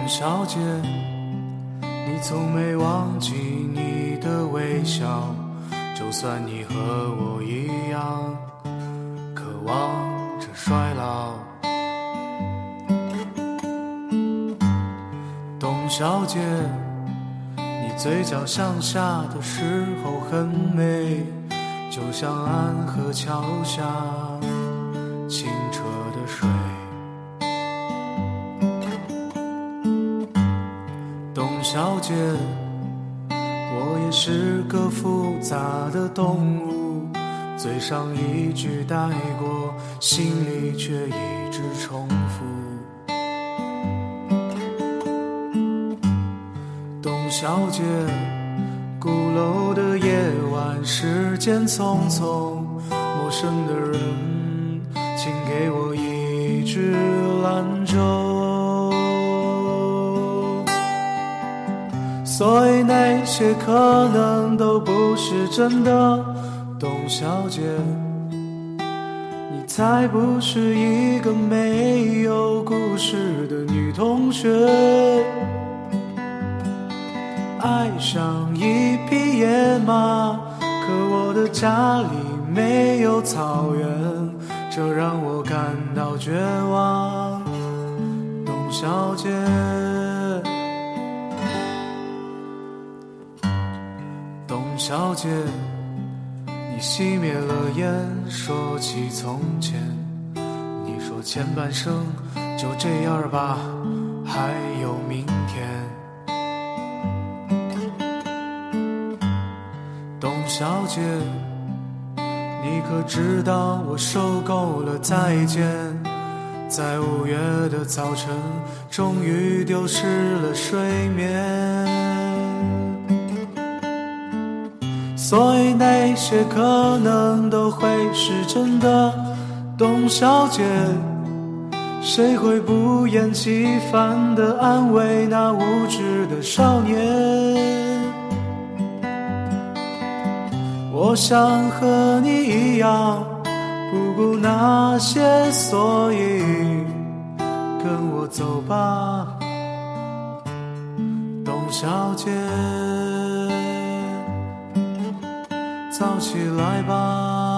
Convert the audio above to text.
小姐，你从没忘记你的微笑，就算你和我一样渴望着衰老。董小姐，你嘴角向下的时候很美，就像安河桥下清澈的水。董小姐，我也是个复杂的动物，嘴上一句带过，心里却一直重复。董小姐，鼓楼的夜晚，时间匆匆，陌生的人，请给我一支兰州。所以那些可能都不是真的，董小姐，你才不是一个没有故事的女同学。爱上一匹野马，可我的家里没有草原，这让我感到绝望。董小姐，董小姐，你熄灭了烟，说起从前，你说前半生就这样吧，还有明天。董小姐，你可知道我受够了再见，在5月的早晨终于丢失了睡眠。所以那些可能都会是真的，董小姐，谁会不厌其烦地安慰那无知的少年？我想和你一样，不顾那些所以，跟我走吧，董小姐，早起来吧。